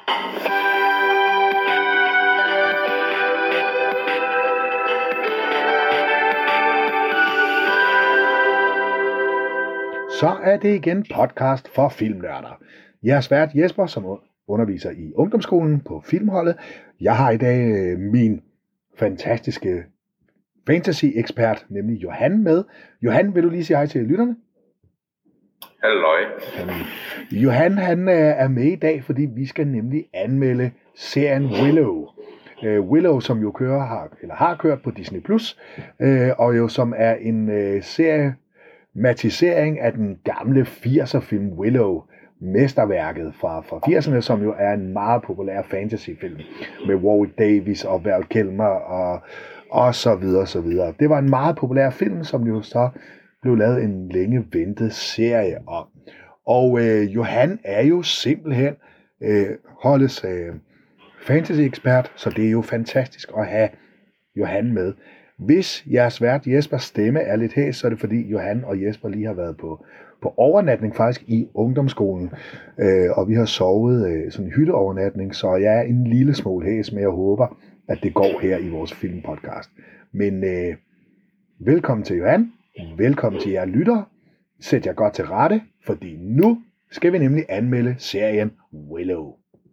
Så er det igen podcast for filmnørder. Jeres vært Jesper, som underviser i ungdomsskolen på Filmholdet. Jeg har i dag min fantastiske fantasy-ekspert, nemlig Johan med. Johan, vil du lige sige hej til lytterne? Halløj. Johan han er med i dag, fordi vi skal nemlig anmelde serien Willow. Willow, som jo har kørt på Disney+, og jo som er en seriematisering af den gamle 80'er film Willow, mesterværket fra 80'erne, som jo er en meget populær fantasyfilm med Warwick Davis og Val Kilmer og så videre, så videre. Det var en meget populær film, som jo så blev lavet en længe ventet serie om. Og Johan er jo simpelthen holdets fantasy-ekspert, så det er jo fantastisk at have Johan med. Hvis jeres vært Jespers stemme er lidt hæs, så er det fordi Johan og Jesper lige har været på overnatning faktisk i ungdomsskolen, og vi har sovet sådan en hytteovernatning, så jeg er en lille smule hæs, men jeg håber, at det går her i vores filmpodcast. Men velkommen til Johan, velkommen til jer lyttere, sæt jer godt til rette, fordi nu skal vi nemlig anmelde serien Willow.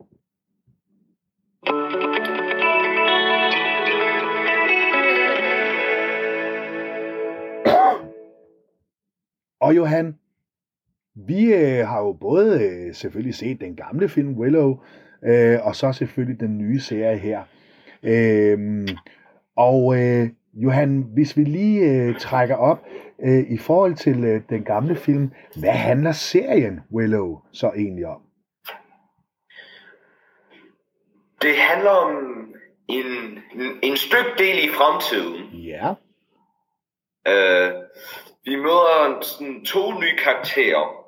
Og Johan, vi har jo både selvfølgelig set den gamle film Willow, og så selvfølgelig den nye serie her. Johan, hvis vi lige trækker op i forhold til den gamle film, hvad handler serien Willow så egentlig om? Det handler om en stykke del i fremtiden. Ja. Vi møder sådan 2 nye karakterer.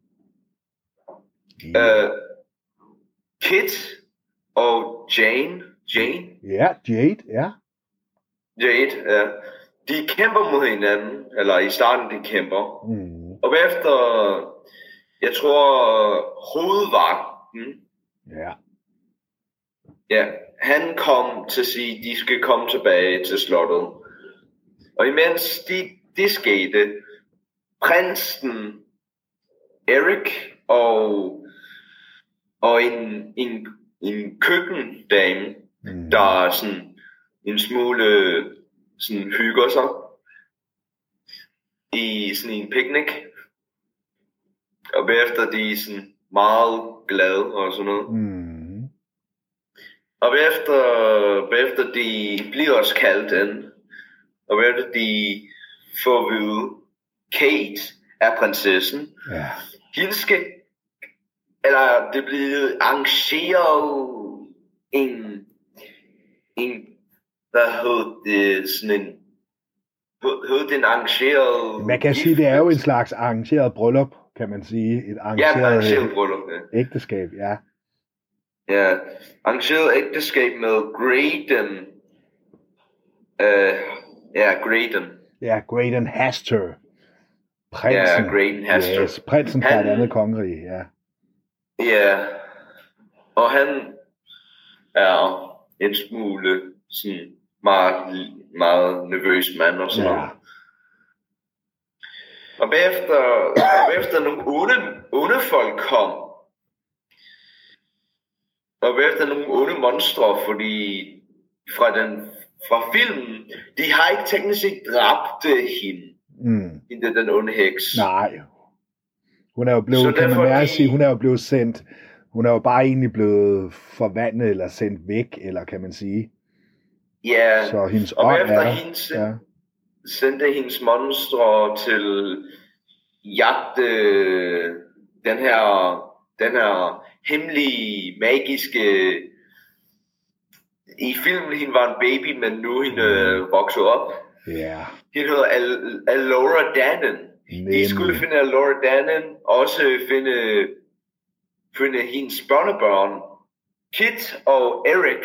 Kit og Jane. Ja, Jade, ja. Jade, ja. De kæmper mod hinanden, eller i starten de kæmper. Mm. Og efter, jeg tror, hovedvagten, ja, han kom til at sige, at de skal komme tilbage til slottet. Og imens det skete, prinsen Erik og en køkkendame, der sådan en smule sådan hygger sig i sådan en picnic, og bagefter de er sådan meget glade og sådan noget. Og bagefter de bliver også kaldt ind, og bagefter de får at vide, Kate er prinsessen. Ja. Hende skal, eller det bliver arrangeret en hvad hed det, sådan en, hed det en arrangeret... Man kan sige, det er jo en slags arrangeret bryllup, kan man sige. Et arrangeret bryllup, ja. Ægteskab, ja. Ja, arrangeret ægteskab med Graydon. Graydon. Ja, Graydon Hastur. Prinsen. Ja, Graydon Hastur. Yes, prinsen fra et andet kongerige, ja. Ja, og han er en smule sådan meget nervøs mand og sådan noget. Og bagefter nogle onde folk kom. Og bagefter nogle onde monstre, fordi fra filmen, de har ikke teknisk set dræbt hende. Hende den onde heks. Nej. Hun er jo blevet, kan man sige, hun er jo blevet sendt. Hun er jo bare egentlig blevet forvandlet eller sendt væk, eller kan man sige. Ja, så hendes og efter sendte hendes monstre til jagte den her hemmelige, magiske... I filmen hende var en baby, men nu hende vokset op. Ja. Hende hedder Alora Dannon. De skulle finde Alora Dannon, også finde hendes børnebørn, Kit og Erik.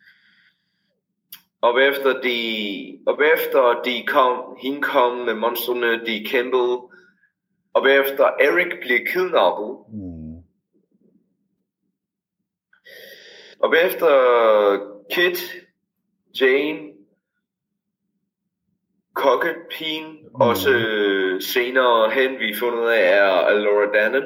Og bagefter hende kom med monstrene, de kæmpede. Og bagefter Erik blev kidnappet. Og bagefter Kit, Jane, kokkepigen, også senere hen vi fundet ud af er Laura Dannen.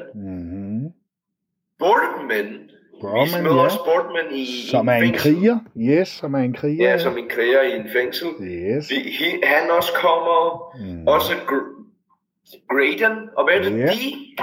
Boardman. Vi møder også Boardman i som er en kriger. Yes, som er en kriger. Ja, som en kriger i en fængsel. Yes. Han også kommer. Også Graydon. Og hvad er det?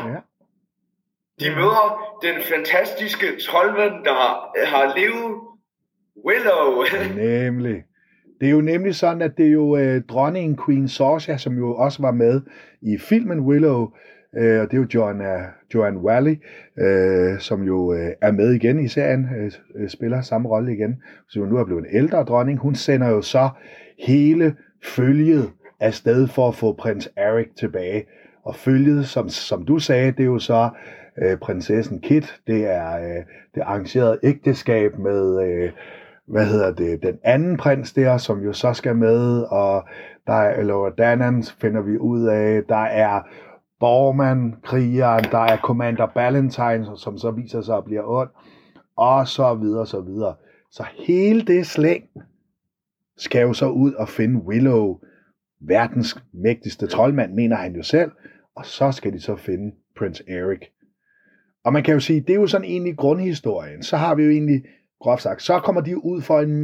De møder den fantastiske troldmand, der har levet Willow. Nemlig. Det er jo nemlig sådan, at det er jo dronningen Queen Sorcia, som jo også var med i filmen Willow, og det er jo Joanne Whalley, som jo er med igen i serien, spiller samme rolle igen, så nu er blevet en ældre dronning. Hun sender jo så hele følget afsted for at få prins Eric tilbage, og følget, som du sagde, det er jo så prinsessen Kit, det er det arrangerede ægteskab med den anden prins der, som jo så skal med, og der er Laura Dannen, finder vi ud af, der er Borman, krigeren, der er Commander Ballantyne, som så viser sig at blive ond, og så videre, så videre. Så hele det slæng skal jo så ud og finde Willow, verdens mægtigste troldmand, mener han jo selv, og så skal de så finde Prince Eric. Og man kan jo sige, det er jo sådan egentlig grundhistorien. Så har vi jo egentlig, groft sagt, så kommer de ud for en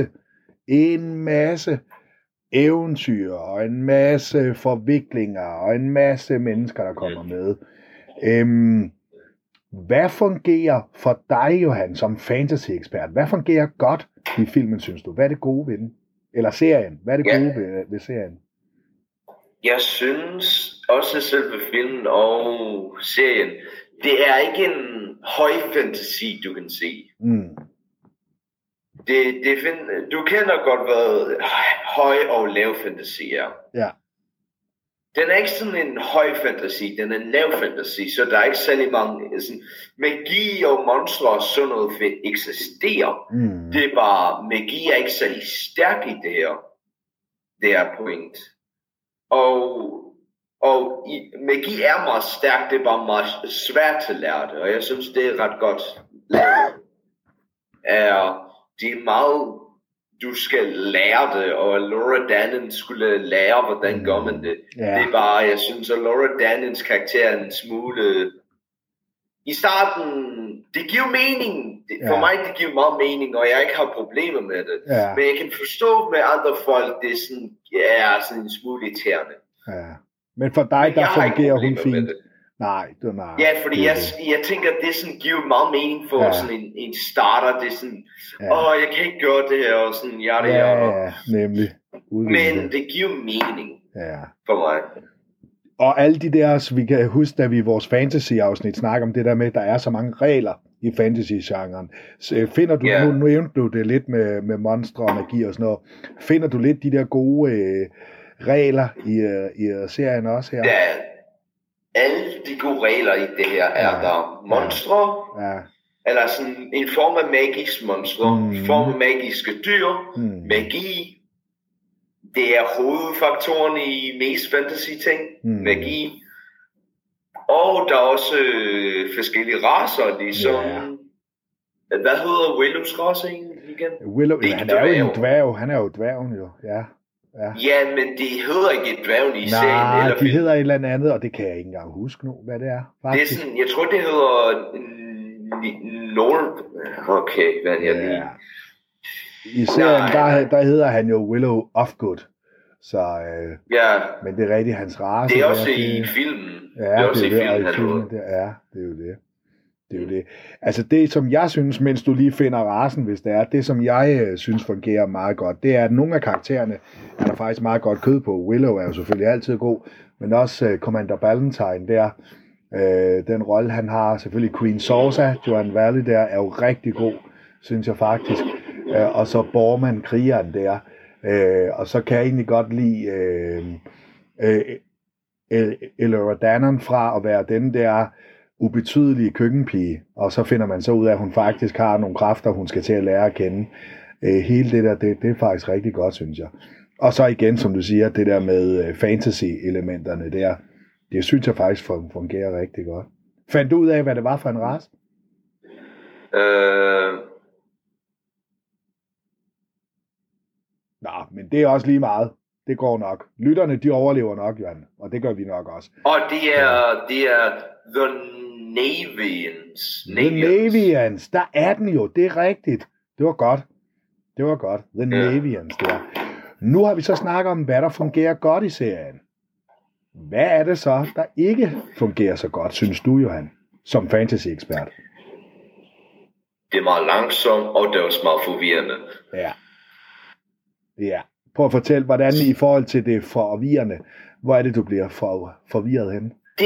masse eventyr, og en masse forviklinger, og en masse mennesker, der kommer med. Hvad fungerer for dig, Johan, som fantasy-ekspert? Hvad fungerer godt i filmen, synes du? Hvad er det gode ved den? Eller serien? Hvad er det gode ved serien? Jeg synes også selve filmen og serien, det er ikke en høj fantasy, du kan se. Du kender godt, hvad høj og lav fantasy er. Ja. Den er ikke sådan en høj fantasy, den er en lav fantasy, så der er ikke særlig mange sådan, magi og monstre og sådan noget eksisterer. Det er bare, magi er ikke særlig stærk i det her point. Og magi er meget stærk, det er bare meget svært at lære det, og jeg synes det er ret godt lavet. Det er meget, du skal lære det, og Laura Dannen skulle lære, hvordan gør man det. Det er bare, jeg synes, at Laura Dannens karakter er en smule... I starten, det giver mening. For mig, det giver meget mening, og jeg ikke har problemer med det. Men jeg kan forstå med andre folk, det er sådan en smule irriterende. Men for dig, der fungerer hun fint. Nej. Ja, fordi jeg tænker, det sådan giver meget mening for sådan en starter. Det er sådan, jeg kan ikke gøre det her, og sådan, Ja, nemlig. Men det giver mening for mig. Og alle de der, vi kan huske, da vi i vores fantasy-afsnit snakker om det der med, at der er så mange regler i fantasy-genren. Finder du, nu nævnte du det lidt med monstre og magi og sådan noget, finder du lidt de der gode regler i serien også her? Ja, alle de gode regler i det her er der monstre, eller sådan en form af magisk monstre, en form af magiske dyr, magi. Det er hovedfaktoren i mest fantasy ting, magi. Og der er også forskellige racer, ligesom, hvad hedder Willows race igen? Willow, han er jo en dværg, han er jo dværgen jo, Ja, men de hedder ikke dværgen i serien. Nej, de hedder et eller andet, og det kan jeg ikke engang huske nu, hvad det er. Faktisk. Det er sådan, jeg tror det hedder Okay, hvad er det lige? I serien, der hedder han jo Willow Ofgood. Så, men det er rigtig hans race. Det er også i filmen. Ja, det er også i filmen. Det er jo det. Det er jo det. Altså det, som jeg synes, mens du lige finder racen, hvis det er, det som jeg synes fungerer meget godt, det er, at nogle af karaktererne er der faktisk meget godt kød på. Willow er jo selvfølgelig altid god, men også Commander Ballantyne der, den rolle han har, selvfølgelig Queen Sorcia, Joanne Whalley der, er jo rigtig god, synes jeg faktisk. Og så Borman, krigeren der. Og så kan jeg egentlig godt lide Laura Dannen fra at være den der ubetydelige køkkenpige, og så finder man så ud af, at hun faktisk har nogle kræfter, hun skal til at lære at kende. Hele det der, det er faktisk rigtig godt, synes jeg. Og så igen, som du siger, det der med fantasy-elementerne der, det synes jeg faktisk fungerer rigtig godt. Fandt du ud af, hvad det var for en race? Nå, men det er også lige meget. Det går nok. Lytterne, de overlever nok, Johan. Og det gør vi nok også. Og det er The Navians. The Navians. Der er den jo. Det er rigtigt. Det var godt. The Navians, der. Nu har vi så snakket om, hvad der fungerer godt i serien. Hvad er det så, der ikke fungerer så godt, synes du, Johan, som fantasy-ekspert? Det er meget langsomt, og det er også meget forvirrende. Ja. Prøv at fortælle, hvordan i forhold til det forvirrende, hvor er det, du bliver forvirret henne? Det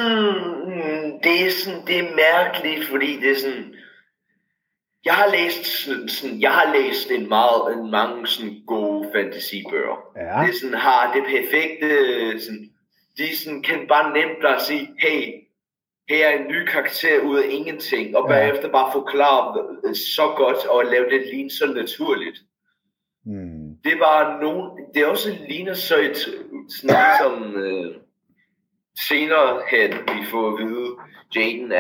er mærkeligt, fordi det er sådan, jeg har læst mange sådan gode fantasybøger. Ja. Det sådan har det perfekte, de sådan kan bare nemt bare sige, hey, her er en ny karakter ud af ingenting, og bagefter bare forklare så godt og lave det ligne så naturligt. Det er bare det også ligner så et sådan som senere hen vi får at vide, Jaden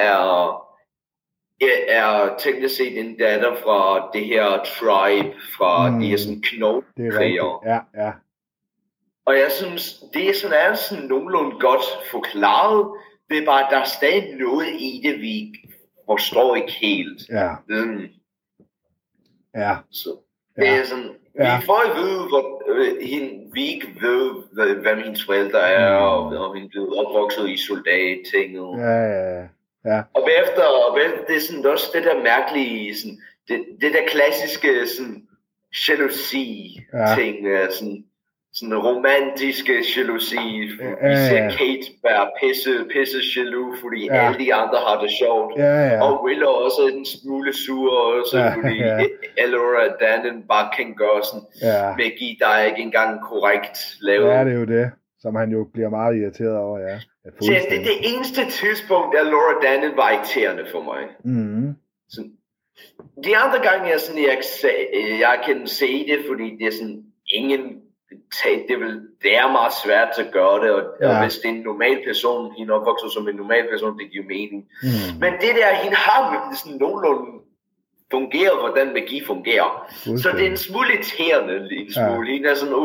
er teknisk set en datter fra det her tribe, fra de her sådan knoglekriger. Ja. Og jeg synes, det er sådan nogenlunde godt forklaret. Det er bare, der er stadig noget i det, vi forstår ikke helt. Ja. Så det er sådan, vi får at vide, vi ikke ved, hvem hendes forældre er, og hun blev opvokset i soldattinget. Ja. Og bagefter, det er sådan også det der mærkelige, sådan, det der klassiske sådan jalousi-ting, sådan romantiske jalousi. Vi ser Kate være pisse jaloux, fordi alle de andre har det sjovt. Og Willow også er en smule sur, også, fordi Elora Dannen bare kan gøre sådan magi, der er ikke engang korrekt lavet. Ja, det er jo det, som han jo bliver meget irriteret over, Så det er det eneste tidspunkt, at Laura Dannen var irriterende for mig. Så, de andre gange jeg kan se det, fordi det er sådan det er meget svært at gøre det, og hvis det er en normal person, hende opvokser som en normal person, det giver mening. Men det der, hende har sådan nogenlunde fungerer, hvordan magi fungerer. Så det er en smule irriterende, en smule. Hende er sådan,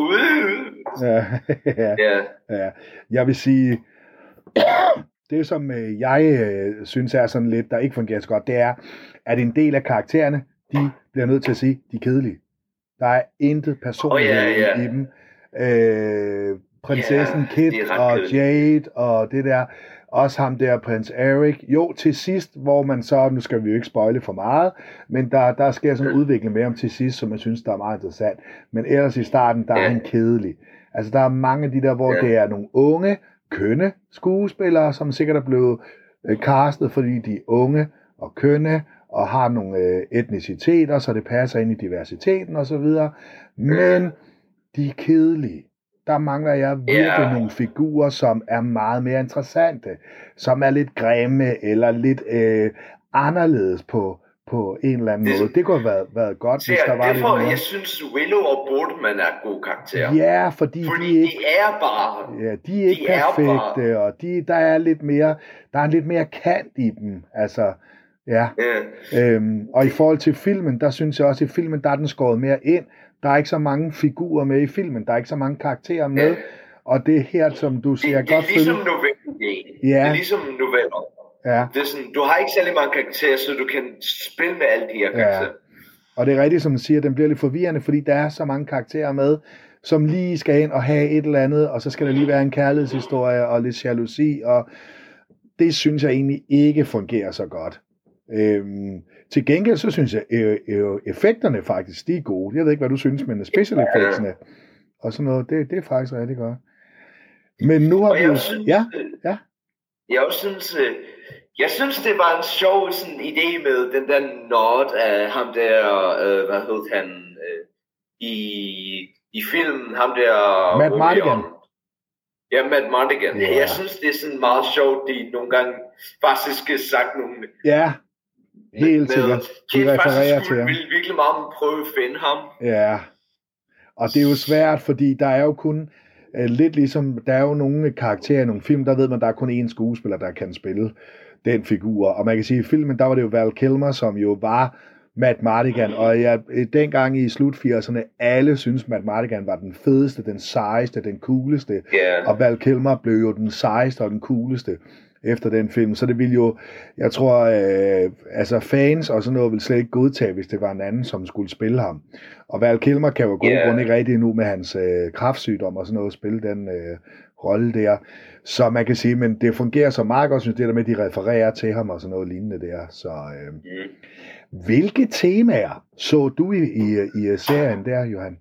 Jeg vil sige, det som jeg synes er sådan lidt, der ikke fungerer så godt, det er, at en del af karaktererne, de bliver nødt til at sige, de er kedelige. Der er intet personlighed i dem. Prinsessen Kit og Jade og det der, også ham der, prins Eric. Jo, til sidst, hvor man så, nu skal vi jo ikke spoile for meget, men der sker sådan en udvikling med ham til sidst, som jeg synes, der er meget interessant. Men ellers i starten, der er han kedelig. Altså, der er mange af de der, hvor det er nogle unge, kønne skuespillere, som sikkert er blevet castet, fordi de er unge og kønne, og har nogle etniciteter, så det passer ind i diversiteten og så videre. Men de er kedelige. Der mangler jeg virkelig nogle figurer, som er meget mere interessante, som er lidt grimme eller lidt anderledes på en eller anden måde. Det kunne have været godt, hvis der var lidt mere. Jeg synes, Willow og Boardman er gode karakterer. Ja, fordi de er bare... Ja, de er ikke perfekte, og der er lidt mere... Der er en lidt mere kant i dem, altså... Ja. Og i forhold til filmen, der synes jeg også, at i filmen, der er den skåret mere ind. Der er ikke så mange figurer med i filmen. Der er ikke så mange karakterer med. Og det er her, som du siger, det er ligesom noveller. Det er ligesom noveller. Ja. Det er sådan, du har ikke særlig mange karakterer, så du kan spille med alle de her karakterer. Og det er rigtigt, som man siger, den bliver lidt forvirrende, fordi der er så mange karakterer med, som lige skal ind og have et eller andet, og så skal der lige være en kærlighedshistorie og lidt jalousi, og det synes jeg egentlig ikke fungerer så godt. Til gengæld så synes jeg effekterne faktisk, de er gode. Jeg ved ikke hvad du synes, men special effectsene og sådan noget, det er faktisk rigtig godt. Men nu har vi jo jeg synes det var en sjov sådan idé med den der nod af ham der hvad hed han i filmen, ham der Matt Mardigan. Ja, Matt Mardigan. Jeg synes det er sådan meget sjovt, de nogle gange faktisk har sagt nogle helt sikkert. De refererer til ham. Vil virkelig meget prøve at finde ham. Ja. Og det er jo svært, fordi der er jo kun lidt ligesom, der er jo nogle karakterer i nogle film, der ved man, der er kun én skuespiller, der kan spille den figur. Og man kan sige, i filmen, der var det jo Val Kilmer, som jo var Matt Mardigan, og dengang i slut 80'erne, alle synes Matt Mardigan var den fedeste, den sejeste, den cooleste, og Val Kilmer blev jo den sejeste og den cooleste efter den film, så det ville jo, jeg tror, altså fans og sådan noget ville slet ikke godtage, hvis det var en anden, som skulle spille ham. Og Val Kilmer kan jo af gode grunde ikke rigtig nu med hans kræftsygdom og sådan noget, spille den rolle der. Så man kan sige, men det fungerer så meget godt, synes det der med, at de refererer til ham og sådan noget lignende der. Så hvilke temaer så du i serien der, Johan?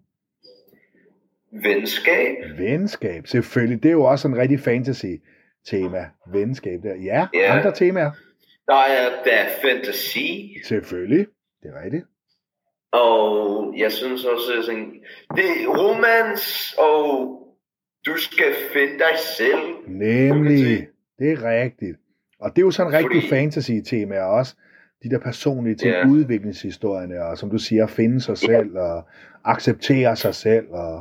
Venskab, selvfølgelig. Det er jo også en rigtig fantasy-tema. Venskab der. Ja, andre temaer? Der er fantasi. Selvfølgelig, det er rigtigt. Og jeg synes også, det er romans, og du skal finde dig selv. Nemlig, det er rigtigt. Og det er jo sådan en rigtig fantasy-tema også. De der personlige ting, udviklingshistorierne, og som du siger, finde sig selv, og acceptere sig selv. Og,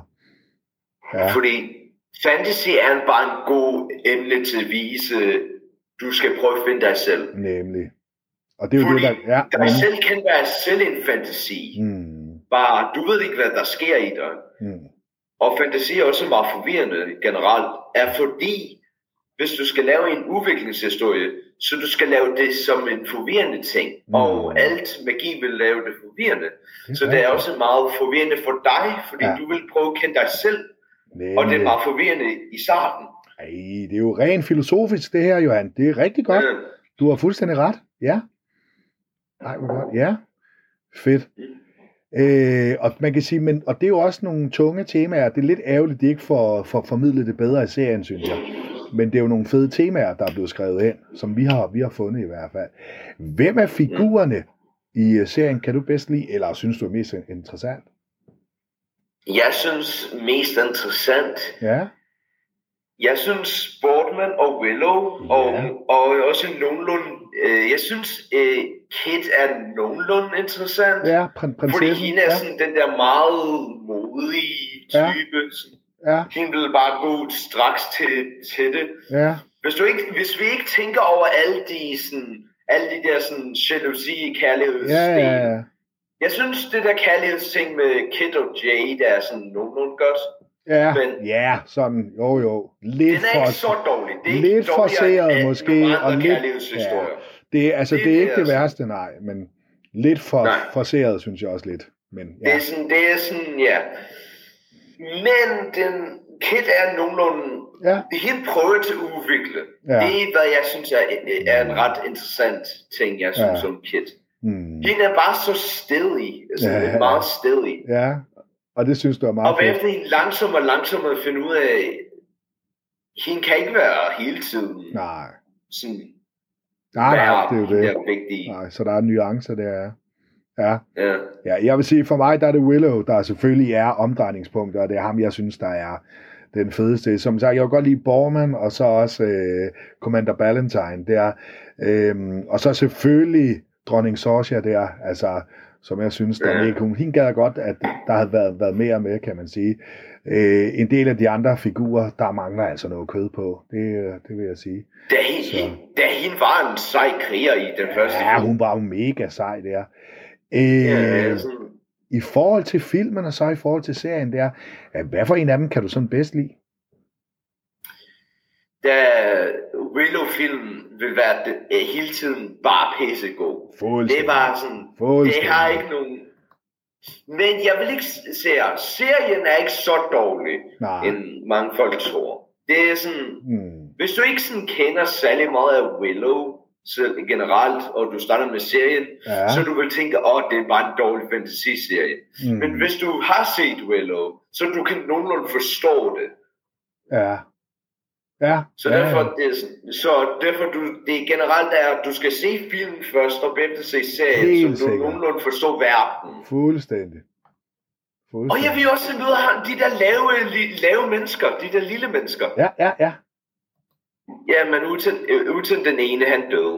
fordi fantasy er bare en god emne til at vise, du skal prøve at finde dig selv. Nemlig. Og det er jo fordi det, der... dig selv kan være selv en fantasi. Bare, du ved ikke, hvad der sker i dig. Og fantasi er også meget forvirrende generelt, er fordi, hvis du skal lave en udviklingshistorie, så du skal lave det som en forvirrende ting, og alt magi vil lave det forvirrende. Så det er også meget forvirrende for dig, fordi du vil prøve at kende dig selv, og det er meget forvirrende i starten. Ej, det er jo rent filosofisk det her, Johan. Det er rigtig godt. Du har fuldstændig ret. Ja. Ej, hvor godt. Ja. Fedt. Og man kan sige, og det er jo også nogle tunge temaer. Det er lidt ærgerligt, at de ikke får formidlet det bedre i serien, synes jeg. Men det er jo nogle fede temaer, der er blevet skrevet ind, som vi har fundet i hvert fald. Hvem er figurerne i serien, kan du bedst lide, eller synes du er mest interessant? Jeg synes mest interessant. Ja. Jeg synes Boardman og Willow, og også nogenlunde, jeg synes Kit er nogenlunde interessant. Ja, prinsessen. Fordi hende er sådan den der meget modige type. Hende vil bare gå straks til det. Ja. Hvis vi ikke tænker over alle de der sådan jalousi kærlighedsting. Jeg synes det der kærlighedsting med Kit og Jade er sådan nogenlunde godt. Ja, men, sådan, jo. Lidt den er ikke så dårlig. Det er lidt forceret måske. Og lidt, det er ikke det værste, nej, men lidt forceret, synes jeg også lidt. Men, det er sådan, men den Kit er nogenlunde, helt prøvet til at udvikle. Det er, hvad jeg synes er en ret interessant ting, jeg synes om Kit. Hende er bare så stedig, meget stedig. Ja. Og det synes du er meget fedt. Og bagefter hende langsomt at finde ud af, hende kan ikke være hele tiden. Nej. Sådan, nej, det er jo det. Nej, så der er nuancer der. Ja, jeg vil sige, for mig der er det Willow, der selvfølgelig er omdrejningspunkter, og det er ham, jeg synes, der er den fedeste. Som sagt, jeg vil godt lide Boorman, og så også Commander Ballantyne der. Og så selvfølgelig Dronning Sorcia der, altså som jeg synes, der er mega. Hende gad godt, at der havde været mere med, kan man sige. En del af de andre figurer, der mangler altså noget kød på. Det vil jeg sige. Da hende var en sej kriger i den første film. Ja, hun var jo mega sej der. I forhold til filmen, og så i forhold til serien der, hvad for en af dem kan du sådan bedst lide? Da Willow-filmen vil være hele tiden bare pissegod. Det er bare sådan, det har ikke nogen... Men jeg vil ikke sige, serien er ikke så dårlig, end mange folk tror. Det er sådan, hvis du ikke sådan kender særlig meget af Willow generelt, og du starter med serien, så du vil tænke, det er bare en dårlig fantasy-serie. Men hvis du har set Willow, så du kan nogenlunde forstå det. Så derfor det generelt er, at du skal se filmen først, og bagefter se serien, så du nogenlunde forstår verden. Fuldstændig. Og jeg vil også møde de der lave mennesker, de der lille mennesker. Ja, men uden den ene, han døde.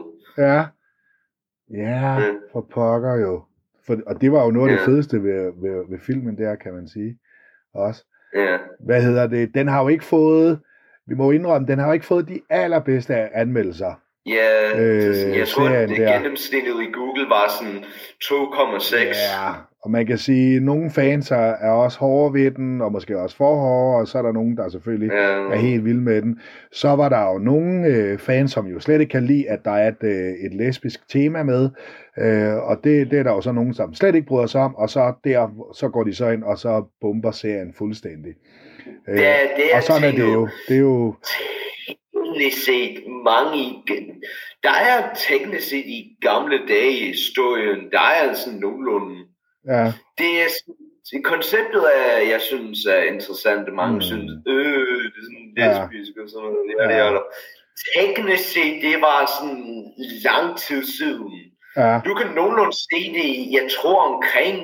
Ja, for pokker jo. Og det var jo noget af det fedeste ved filmen der, kan man sige. Også. Hvad hedder det? Den har jo ikke fået... Vi må indrømme, den har jo ikke fået de allerbedste anmeldelser Ja, jeg tror, at det gennemsnittet i Google var sådan 2,6. Ja, og man kan sige, at nogle fans er også hårde ved den, og måske også for hårde, og så er der nogen, der selvfølgelig er helt vilde med den. Så var der jo nogle fans, som jo slet ikke kan lide, at der er et lesbisk tema med, og det er der jo så nogen, som slet ikke bryder sig om, og så går de så ind, og så bomber serien fuldstændig. Det er og sådan er det jo. Teknisk set der er teknisk set i gamle dage i historien, der er sådan nogenlunde. Ja. Det er konceptet jeg synes er interessant. Mange synes, det er sådan lesbisk og sådan noget. Teknisk set, det var sådan lang tid siden. Ja. Du kan nogenlunde se det, jeg tror omkring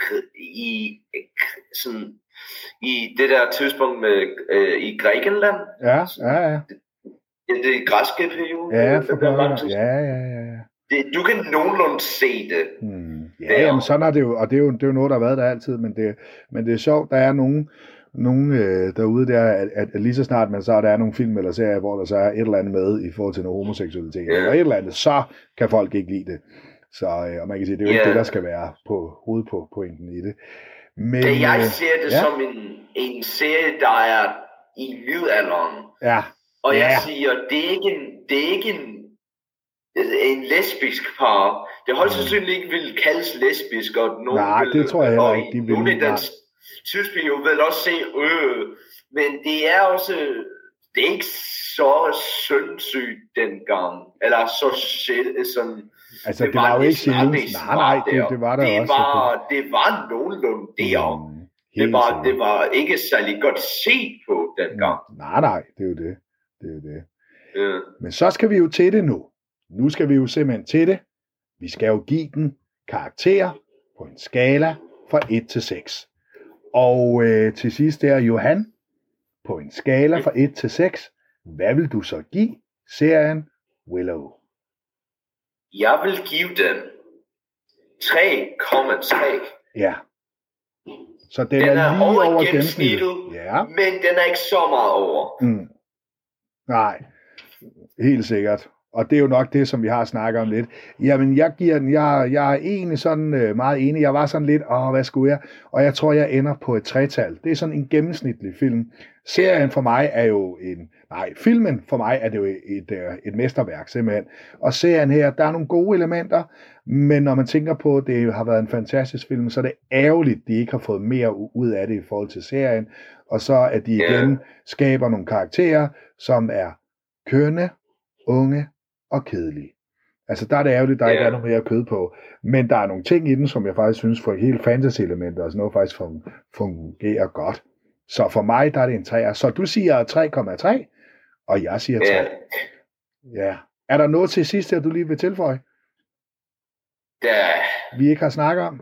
i det der tidspunkt med i Grækenland. Ja. Det er græske periode. Ja, ja. Du kan nogenlunde se det. Ja, jamen sådan er det jo, og det er jo noget, der har været der altid, men det er sjovt, der er nogen derude der, at lige så snart man så der er nogle film eller serier, hvor der så er et eller andet med i forhold til noget homoseksualitet, eller et eller andet, så kan folk ikke lide det. Så, og man kan sige, det er jo ikke det, der skal være på hovedpointen i det. Men, jeg ser det som en serie, der er i middelalderen. Ja. Og jeg siger, det er ikke en lesbisk par. Det holdt sandsynligt ikke vil kaldes lesbisk, og nogen det tror jeg heller ikke, de vil. Nogle i den tidsperiode vil også se men det er også, det er ikke så sindssygt dengang, eller så sådan. Altså det var jo ikke sjældent. Nej, det var der også. Det var nogenlunde derovre. Det var ikke særlig godt set på dengang. Nej, det er jo det. Ja. Men så skal vi jo til det nu. Nu skal vi jo simpelthen til det. Vi skal jo give den karakterer på en skala fra 1 til 6. Og til sidst er Johan, på en skala fra 1 til 6. Hvad vil du så give serien Willow? Jeg vil give den 3,3. Ja. Så den er lige over gennemsnittet. Ja. Men den er ikke så meget over. Nej, helt sikkert. Og det er jo nok det, som vi har snakket om lidt. Jamen, jeg er egentlig sådan meget enig. Jeg var sådan lidt, hvad skulle jeg? Og jeg tror, jeg ender på et 3-tal. Det er sådan en gennemsnitlig film. Serien for mig er jo filmen for mig er det jo et mesterværk, simpelthen. Og serien her, der er nogle gode elementer, men når man tænker på, at det har været en fantastisk film, så er det ærgerligt, at de ikke har fået mere ud af det i forhold til serien. Og så at de igen skaber nogle karakterer, som er kønne, unge og kedelige. Altså der er det ærgerligt, der ikke er noget mere kød på. Men der er nogle ting i den, som jeg faktisk synes for hele fantasy-elementer og sådan noget faktisk fungerer godt. Så for mig, der er det en 3'er. Så du siger 3,3, og jeg siger 3. Ja. Er der noget til sidst, der du lige vil tilføje? Vi ikke har snakket om?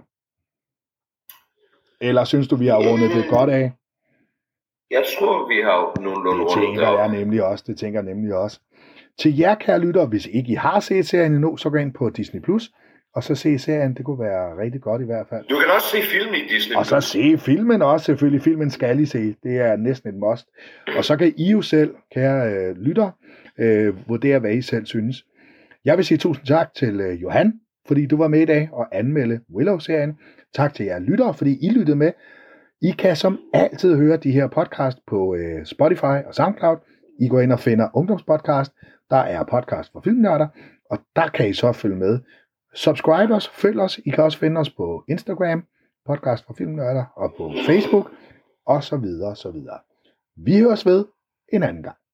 Eller synes du, vi har rundet det godt af? Jeg tror, vi har nogenlunde rundet det. Det tænker jeg nemlig også. Til jer, kære lyttere, hvis ikke I har set serien endnu, så gå ind på Disney+, og så se serien. Det kunne være rigtig godt i hvert fald. Du kan også se filmen i Disney+. Og så se filmen også, selvfølgelig. Filmen skal I se. Det er næsten et must. Og så kan I jo selv, kære lyttere, vurdere, hvad I selv synes. Jeg vil sige tusind tak til Johan, fordi du var med i dag og anmelde Willow-serien. Tak til jer lyttere, fordi I lyttede med. I kan som altid høre de her podcast på Spotify og SoundCloud. I går ind og finder ungdomspodcast. Der er podcast for filmnørder, og der kan I så følge med. Subscribe os, følg os. I kan også finde os på Instagram, podcast for filmnørder, og på Facebook, og så videre, så videre. Vi høres ved en anden gang.